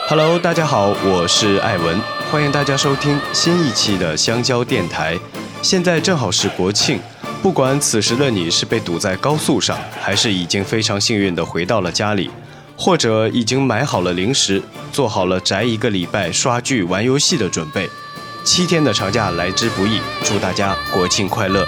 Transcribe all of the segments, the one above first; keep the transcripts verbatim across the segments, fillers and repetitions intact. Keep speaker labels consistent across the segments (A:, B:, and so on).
A: Hello， 大家好，我是艾文，欢迎大家收听新一期的香蕉电台。现在正好是国庆，不管此时的你是被堵在高速上，还是已经非常幸运地回到了家里，或者已经买好了零食，做好了宅一个礼拜刷剧玩游戏的准备，七天的长假来之不易，祝大家国庆快乐。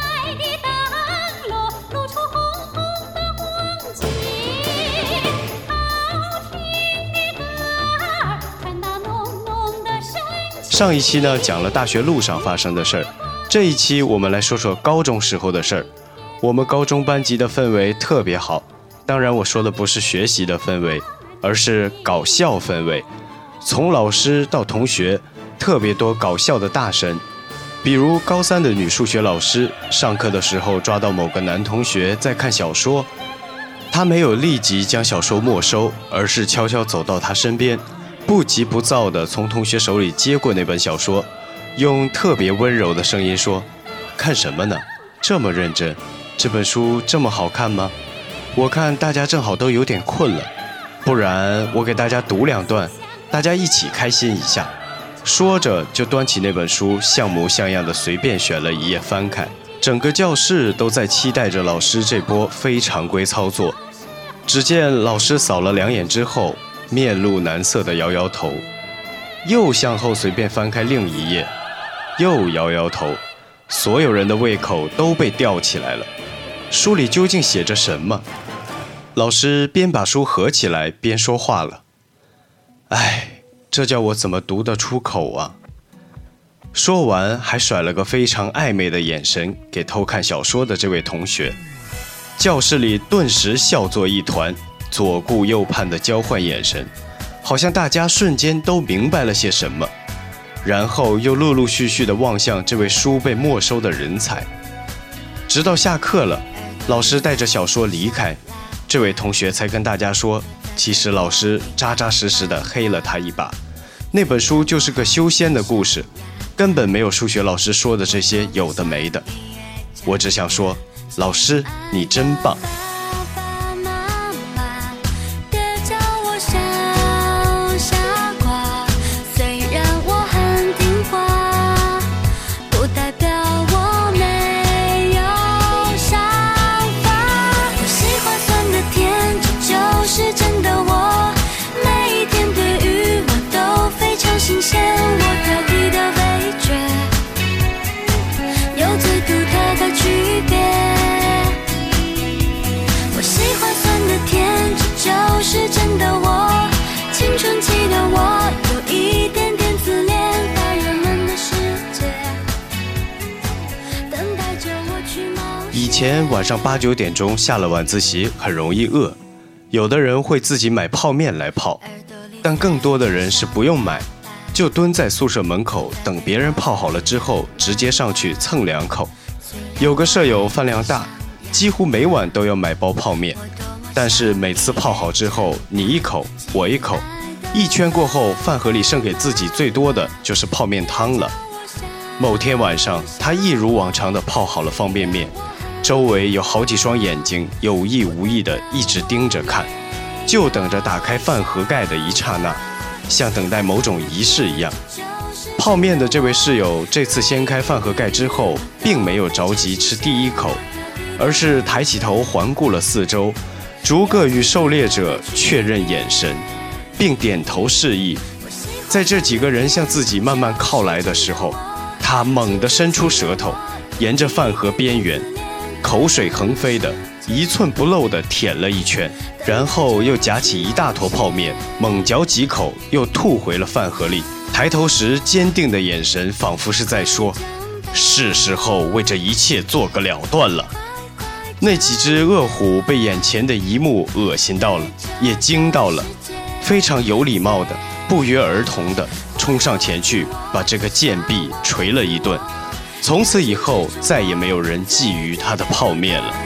A: 上一期呢讲了大学路上发生的事儿，这一期我们来说说高中时候的事儿。我们高中班级的氛围特别好，当然我说的不是学习的氛围，而是搞笑氛围。从老师到同学，特别多搞笑的大神。比如高三的女数学老师，上课的时候抓到某个男同学在看小说，她没有立即将小说没收，而是悄悄走到他身边，不急不躁地从同学手里接过那本小说，用特别温柔的声音说：看什么呢？这么认真？这本书这么好看吗？我看大家正好都有点困了，不然我给大家读两段，大家一起开心一下。说着就端起那本书，像模像样的随便选了一页翻开。整个教室都在期待着老师这波非常规操作。只见老师扫了两眼之后，面露难色地摇摇头，又向后随便翻开另一页，又摇摇头。所有人的胃口都被吊起来了。书里究竟写着什么？老师边把书合起来边说话了：哎，这叫我怎么读得出口啊？说完还甩了个非常暧昧的眼神给偷看小说的这位同学。教室里顿时笑作一团，左顾右盼的交换眼神，好像大家瞬间都明白了些什么，然后又陆陆续续地望向这位书被没收的人才。直到下课了，老师带着小说离开，这位同学才跟大家说，其实老师扎扎实实地黑了他一把，那本书就是个修仙的故事，根本没有数学老师说的这些有的没的。我只想说，老师你真棒。
B: 是真的我，青春期的我，有一点点自恋，大人们的世界等待着我去冒险。
A: 以前晚上八九点钟下了晚自习很容易饿，有的人会自己买泡面来泡，但更多的人是不用买，就蹲在宿舍门口等别人泡好了之后直接上去蹭两口。有个舍友饭量大，几乎每晚都要买包泡面，但是每次泡好之后，你一口我一口，一圈过后，饭盒里剩给自己最多的就是泡面汤了。某天晚上，他一如往常的泡好了方便面，周围有好几双眼睛有意无意的一直盯着看，就等着打开饭盒盖的一刹那，像等待某种仪式一样。泡面的这位室友这次掀开饭盒盖之后，并没有着急吃第一口，而是抬起头环顾了四周，逐个与狩猎者确认眼神，并点头示意。在这几个人向自己慢慢靠来的时候，他猛地伸出舌头，沿着饭盒边缘，口水横飞的一寸不漏地舔了一圈，然后又夹起一大坨泡面，猛嚼几口，又吐回了饭盒里。抬头时坚定的眼神仿佛是在说，是时候为这一切做个了断了。那几只恶虎被眼前的一幕恶心到了，也惊到了，非常有礼貌的不约而同的冲上前去，把这个贱婢捶了一顿。从此以后再也没有人觊觎他的泡面了。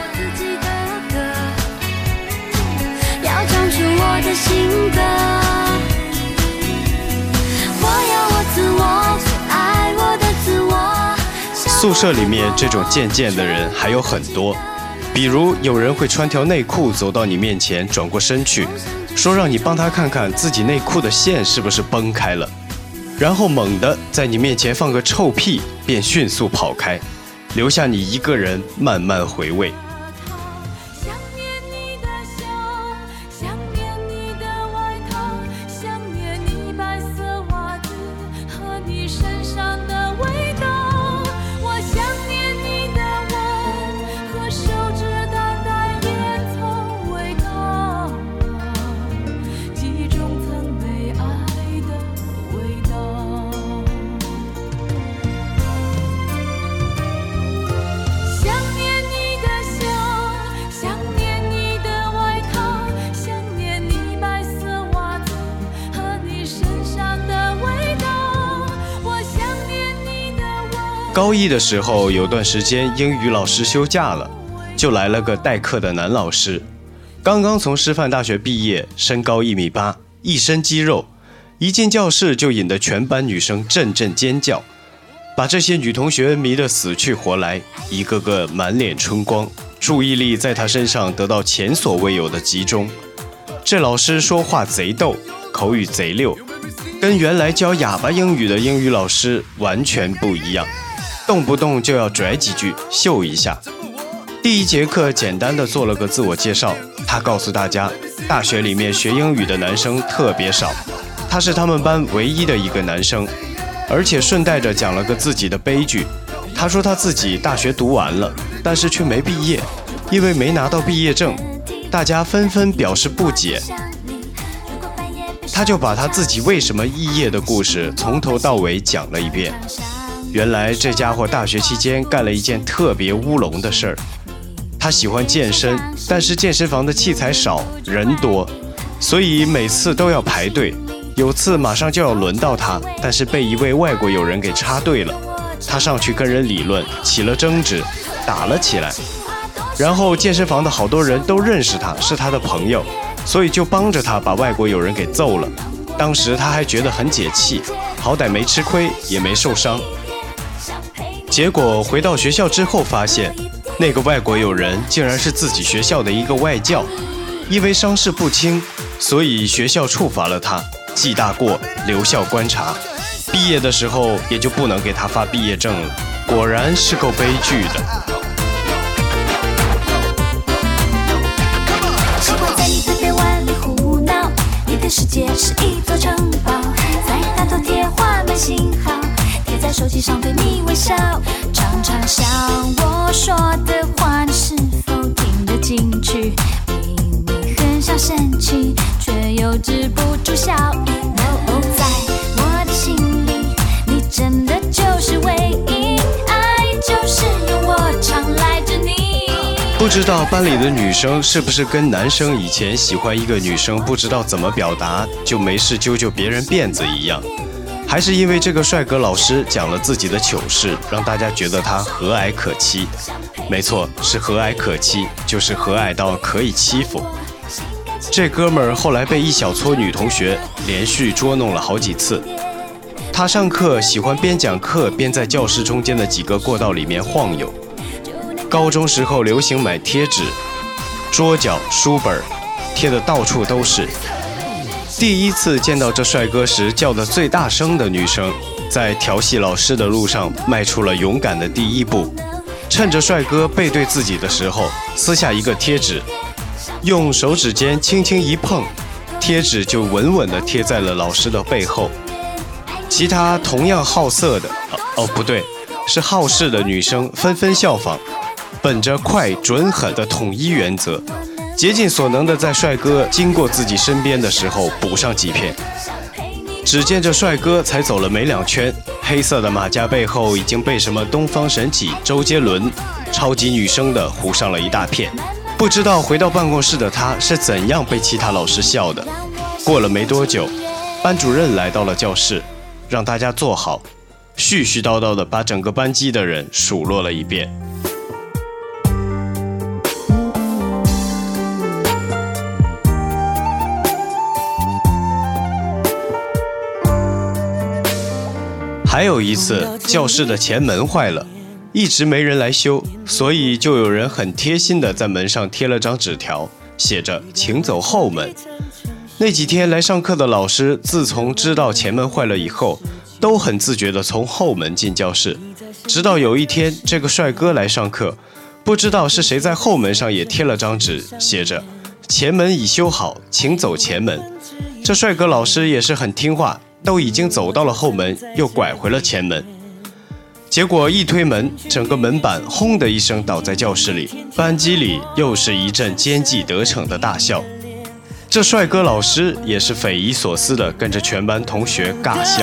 B: 要唱出我的性格，我要我自我，最爱我的自我。
A: 宿舍里面这种贱贱的人还有很多，比如有人会穿条内裤走到你面前，转过身去， 说让你帮他看看自己内裤的线是不是崩开了，然后猛地在你面前放个臭屁，便迅速跑开，留下你一个人慢慢回味。高一的时候，有段时间英语老师休假了，就来了个代课的男老师。刚刚从师范大学毕业，身高一米八，一身肌肉，一进教室就引得全班女生阵阵尖叫，把这些女同学迷得死去活来，一个个满脸春光，注意力在他身上得到前所未有的集中。这老师说话贼逗，口语贼溜，跟原来教哑巴英语的英语老师完全不一样，动不动就要拽几句秀一下。第一节课简单的做了个自我介绍，他告诉大家，大学里面学英语的男生特别少，他是他们班唯一的一个男生，而且顺带着讲了个自己的悲剧。他说他自己大学读完了，但是却没毕业，因为没拿到毕业证，大家纷纷表示不解。他就把他自己为什么肄业的故事从头到尾讲了一遍。原来这家伙大学期间干了一件特别乌龙的事儿。他喜欢健身，但是健身房的器材少，人多，所以每次都要排队。有次马上就要轮到他，但是被一位外国友人给插队了。他上去跟人理论，起了争执，打了起来。然后健身房的好多人都认识他，是他的朋友，所以就帮着他把外国友人给揍了。当时他还觉得很解气，好歹没吃亏，也没受伤。结果回到学校之后发现，那个外国友人竟然是自己学校的一个外教，因为伤势不轻，所以学校处罚了他，记大过，留校观察。毕业的时候也就不能给他发毕业证了，果然是够悲剧的。
B: 习惯在你的臂弯里胡闹，你的世界是一座城堡，在大头贴画满信号，贴在手机上对你微笑，常常想我说的话你是否听得进去，明明很想生气，却又止不住笑。No， 在我的心里，你真的就是唯一，爱就是用我常赖着你。
A: 不知道班里的女生是不是跟男生以前喜欢一个女生不知道怎么表达，就没事揪揪别人辫子一样，还是因为这个帅哥老师讲了自己的糗事，让大家觉得他和蔼可欺。没错，是和蔼可欺，就是和蔼到可以欺负。这哥们儿后来被一小撮女同学连续捉弄了好几次。他上课喜欢边讲课边在教室中间的几个过道里面晃悠。高中时候流行买贴纸，桌角、书本贴得到处都是。第一次见到这帅哥时叫得最大声的女生，在调戏老师的路上迈出了勇敢的第一步，趁着帅哥背对自己的时候，撕下一个贴纸，用手指尖轻轻一碰，贴纸就稳稳地贴在了老师的背后。其他同样好色的，哦，哦不对，是好事的女生纷纷效仿，本着快准狠的统一原则，竭尽所能的在帅哥经过自己身边的时候补上几片。只见这帅哥才走了没两圈，黑色的马甲背后已经被什么东方神起、周杰伦、超级女声的糊上了一大片。不知道回到办公室的他是怎样被其他老师笑的。过了没多久，班主任来到了教室，让大家坐好，絮絮叨叨的把整个班级的人数落了一遍。还有一次，教室的前门坏了，一直没人来修，所以就有人很贴心的在门上贴了张纸条，写着请走后门。 那几天来上课的老师，自从知道前门坏了以后，都很自觉地从后门进教室。直到有一天，这个帅哥来上课，不知道是谁在后门上也贴了张纸，写着前门已修好，请走前门。这帅哥老师也是很听话，都已经走到了后门，又拐回了前门。结果一推门，整个门板轰的一声倒在教室里，班级里又是一阵奸计得逞的大笑。这帅哥老师也是匪夷所思的跟着全班同学尬笑。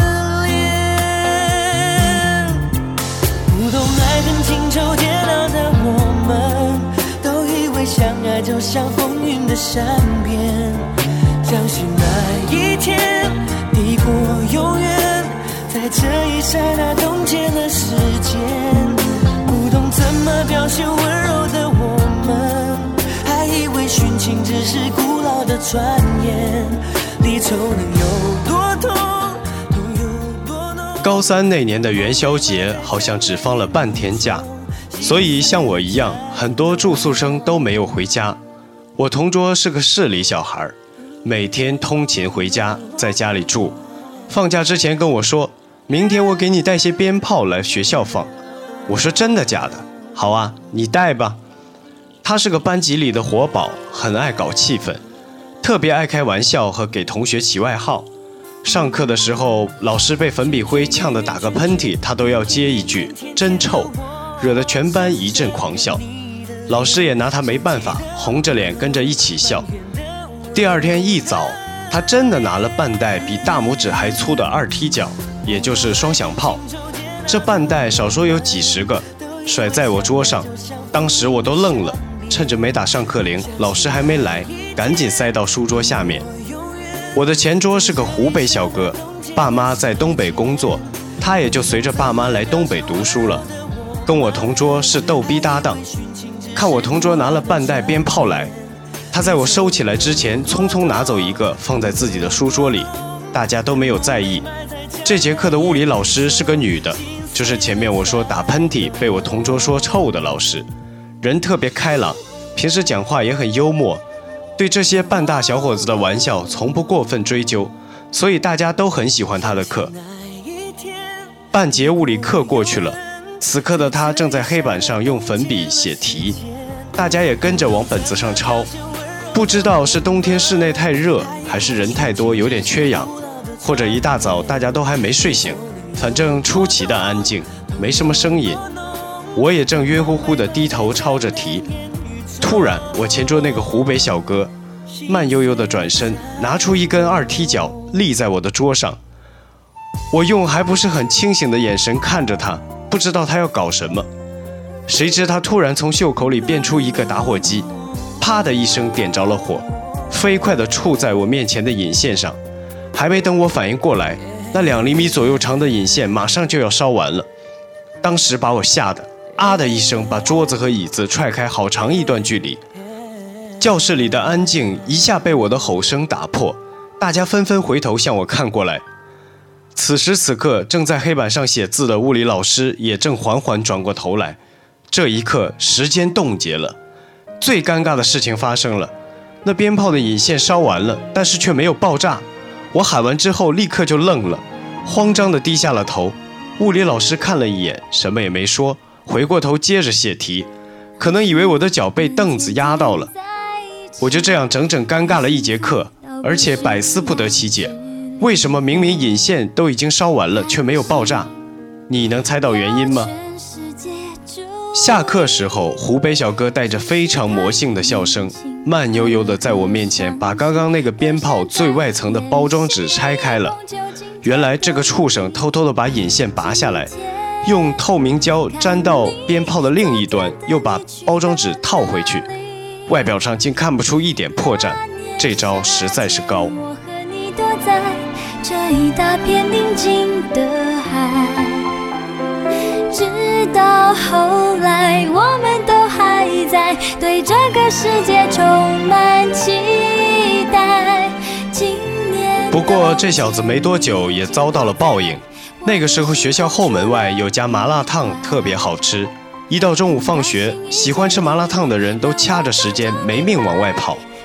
C: 不懂爱恨情仇煎熬的我们，都以为相爱就像风云的善变，相信那一天抵过永远，在这一刹那冻结了时间。不懂怎么表现温柔的我们，还以为殉情只是古老的传言，离愁能有多痛，痛有多浓。
A: 高三那年的元宵节好像只放了半天假，所以像我一样，很多住宿生都没有回家。我同桌是个市里小孩，每天通勤回家，在家里住。放假之前跟我说，明天我给你带些鞭炮来学校放。我说真的假的？好啊，你带吧。他是个班级里的活宝，很爱搞气氛，特别爱开玩笑和给同学起外号。上课的时候，老师被粉笔灰呛得打个喷嚏，他都要接一句真臭，惹得全班一阵狂笑。老师也拿他没办法，红着脸跟着一起笑。第二天一早，他真的拿了半袋比大拇指还粗的二踢脚，也就是双响炮。这半袋少说有几十个，甩在我桌上，当时我都愣了，趁着没打上课铃，老师还没来，赶紧塞到书桌下面。我的前桌是个湖北小哥，爸妈在东北工作，他也就随着爸妈来东北读书了。跟我同桌是逗逼搭档，看我同桌拿了半袋鞭炮来，他在我收起来之前匆匆拿走一个放在自己的书桌里，大家都没有在意。这节课的物理老师是个女的，就是前面我说打喷嚏被我同桌说臭的老师，人特别开朗，平时讲话也很幽默，对这些半大小伙子的玩笑从不过分追究，所以大家都很喜欢他的课。半节物理课过去了，此刻的他正在黑板上用粉笔写题，大家也跟着往本子上抄。不知道是冬天室内太热，还是人太多有点缺氧，或者一大早大家都还没睡醒，反正出奇的安静，没什么声音。我也正晕乎乎地低头抄着题，突然我前桌那个湖北小哥慢悠悠地转身，拿出一根二踢脚立在我的桌上。我用还不是很清醒的眼神看着他，不知道他要搞什么。谁知他突然从袖口里变出一个打火机，啪的一声点着了火，飞快地触在我面前的引线上。还没等我反应过来，那两厘米左右长的引线马上就要烧完了。当时把我吓得啊的一声，把桌子和椅子踹开好长一段距离。教室里的安静一下被我的吼声打破，大家纷纷回头向我看过来。此时此刻，正在黑板上写字的物理老师也正缓缓转过头来。这一刻，时间冻结了。最尴尬的事情发生了，那鞭炮的引线烧完了，但是却没有爆炸。我喊完之后立刻就愣了，慌张地低下了头。物理老师看了一眼，什么也没说，回过头接着写题，可能以为我的脚被凳子压到了。我就这样整整尴尬了一节课，而且百思不得其解，为什么明明引线都已经烧完了却没有爆炸？你能猜到原因吗？下课时候，湖北小哥带着非常魔性的笑声，慢悠悠地在我面前把刚刚那个鞭炮最外层的包装纸拆开了。原来这个畜生偷偷地把引线拔下来，用透明胶粘到鞭炮的另一端，又把包装纸套回去，外表上竟看不出一点破绽，这招实在是高。
B: 我和你躲在这一大片宁静的海，直到后来我们都还在对这个世界充满期待。今年
A: 不过这小子没多久也遭到了报应。那个时候学校后门外有家麻辣烫特别好吃，一到中午放学，喜欢吃麻辣烫的人都掐着时间没命往外跑。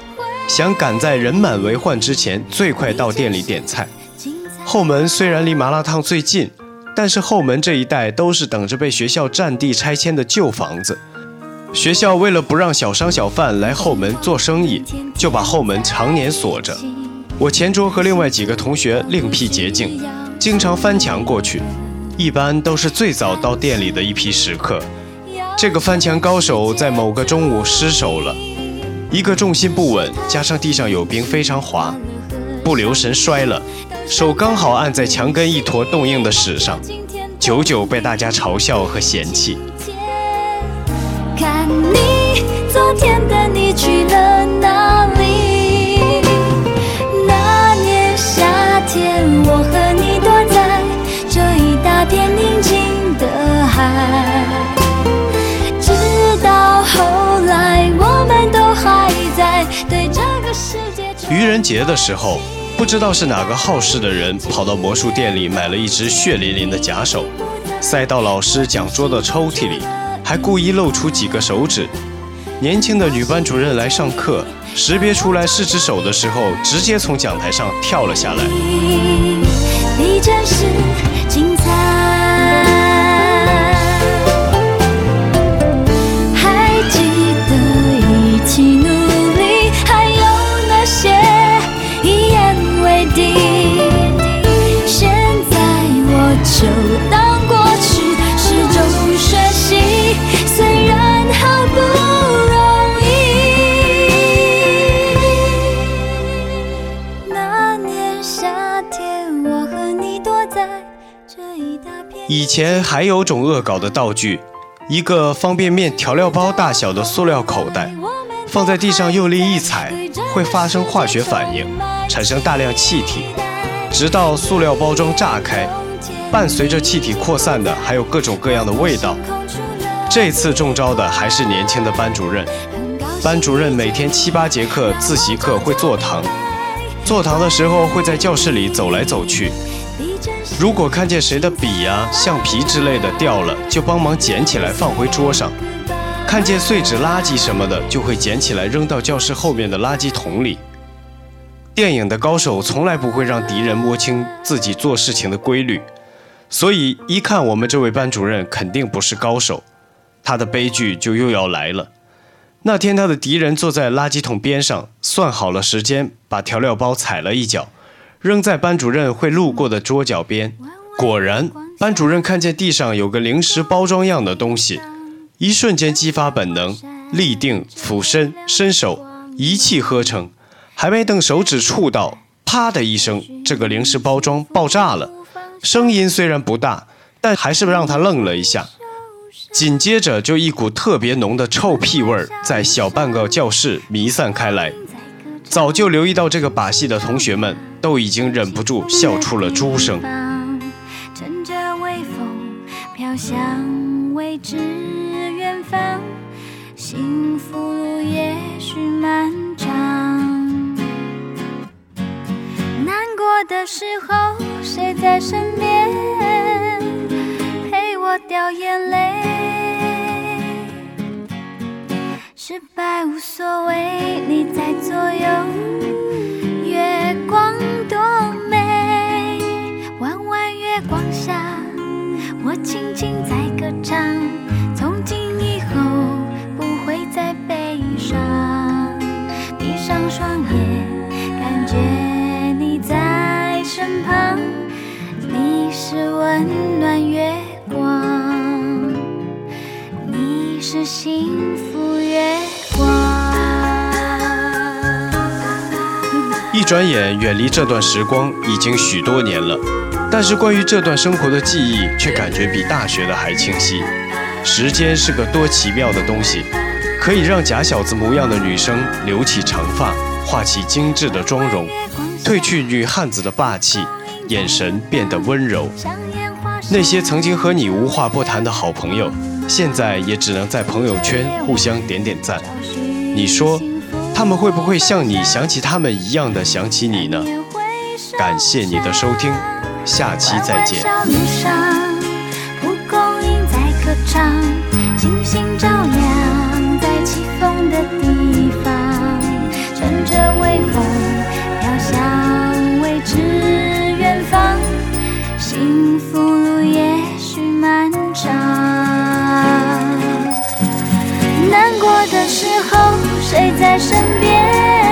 A: 想赶在人满为患之前最快到店里点菜。后门虽然离麻辣烫最近，但是后门这一带都是等着被学校占地拆迁的旧房子。学校为了不让小商小贩来后门做生意，就把后门常年锁着。我前桌和另外几个同学另辟捷径，经常翻墙过去，一般都是最早到店里的一批食客。这个翻墙高手在某个中午失手了，一个重心不稳，加上地上有冰非常滑，不留神摔了，手刚好按在墙根一坨冻硬的屎上，久久被大家嘲笑和嫌弃。
B: 看你，昨天的你去了哪里？那年夏天，我和你躲在这一大片宁静的海，直到后来我们都还在对这个世界。
A: 愚人节的时候，不知道是哪个好事的人跑到魔术店里买了一只血淋淋的假手，塞到老师讲桌的抽屉里，还故意露出几个手指。年轻的女班主任来上课，识别出来是只手的时候，直接从讲台上跳了下来。
B: 你真是精彩，还记得一起努力，还有那些一言为定。现在我就当过去，始终学习，虽然好不容易。那年夏天，我和你躲在这一大片。
A: 以前还有种恶搞的道具，一个方便面调料包大小的塑料口袋，放在地上用力一踩，会发生化学反应，产生大量气体，直到塑料包装炸开，伴随着气体扩散的还有各种各样的味道。这次中招的还是年轻的班主任。班主任每天七八节课自习课会坐堂，坐堂的时候会在教室里走来走去。如果看见谁的笔啊、橡皮之类的掉了，就帮忙捡起来放回桌上。看见碎纸垃圾什么的，就会捡起来扔到教室后面的垃圾桶里。电影的高手从来不会让敌人摸清自己做事情的规律，所以一看我们这位班主任肯定不是高手，他的悲剧就又要来了。那天他的敌人坐在垃圾桶边上，算好了时间，把调料包踩了一脚，扔在班主任会路过的桌角边。果然，班主任看见地上有个零食包装样的东西，一瞬间激发本能，立定、俯身、伸手，一气呵成，还没等手指触到，啪的一声，这个零食包装爆炸了。声音虽然不大，但还是让他愣了一下。紧接着就一股特别浓的臭屁味在小半个教室弥散开来。早就留意到这个把戏的同学们都已经忍不住笑出了猪声。
B: 乘着微风飘向未知远方，幸福路也许漫长。难过的时候谁在身边陪我掉眼泪？失败无所谓，你在左右，月光多美。弯弯月光下，我轻轻在歌唱，从今以后不会再悲伤。闭上双眼，感觉你在身旁，你是温暖月光，你是幸福月光。
A: 一转眼远离这段时光已经许多年了，但是关于这段生活的记忆却感觉比大学的还清晰。时间是个多奇妙的东西，可以让假小子模样的女生留起长发，画起精致的妆容，褪去女汉子的霸气，眼神变得温柔。那些曾经和你无话不谈的好朋友，现在也只能在朋友圈互相点点赞。你说他们会不会像你想起他们一样的想起你呢？感谢你的收听，下期再见。
B: 小路上，蒲公英在歌唱，星星照亮在起风的地方。 着微风飘向未知远方，幸福路也许漫长。难过的时候谁在身边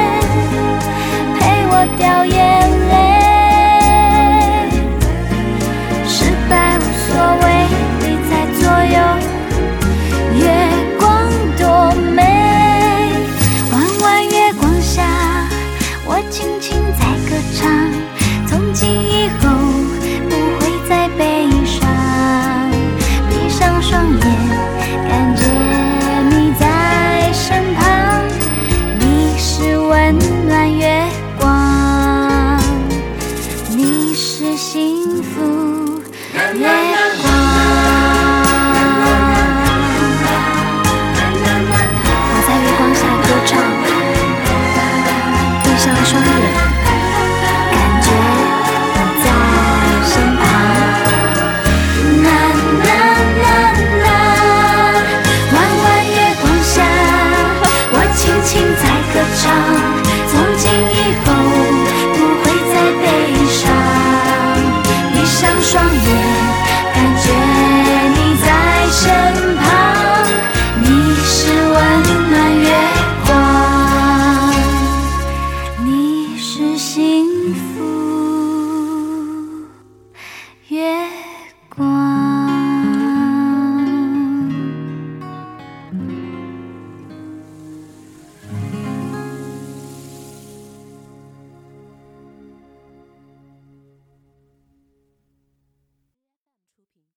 B: 陪我掉眼泪，失败无所谓，你在左右，月光多美，弯弯月光下我轻轻在歌唱，从今以后不会再悲伤，闭上双眼感觉你在身旁，你是温暖月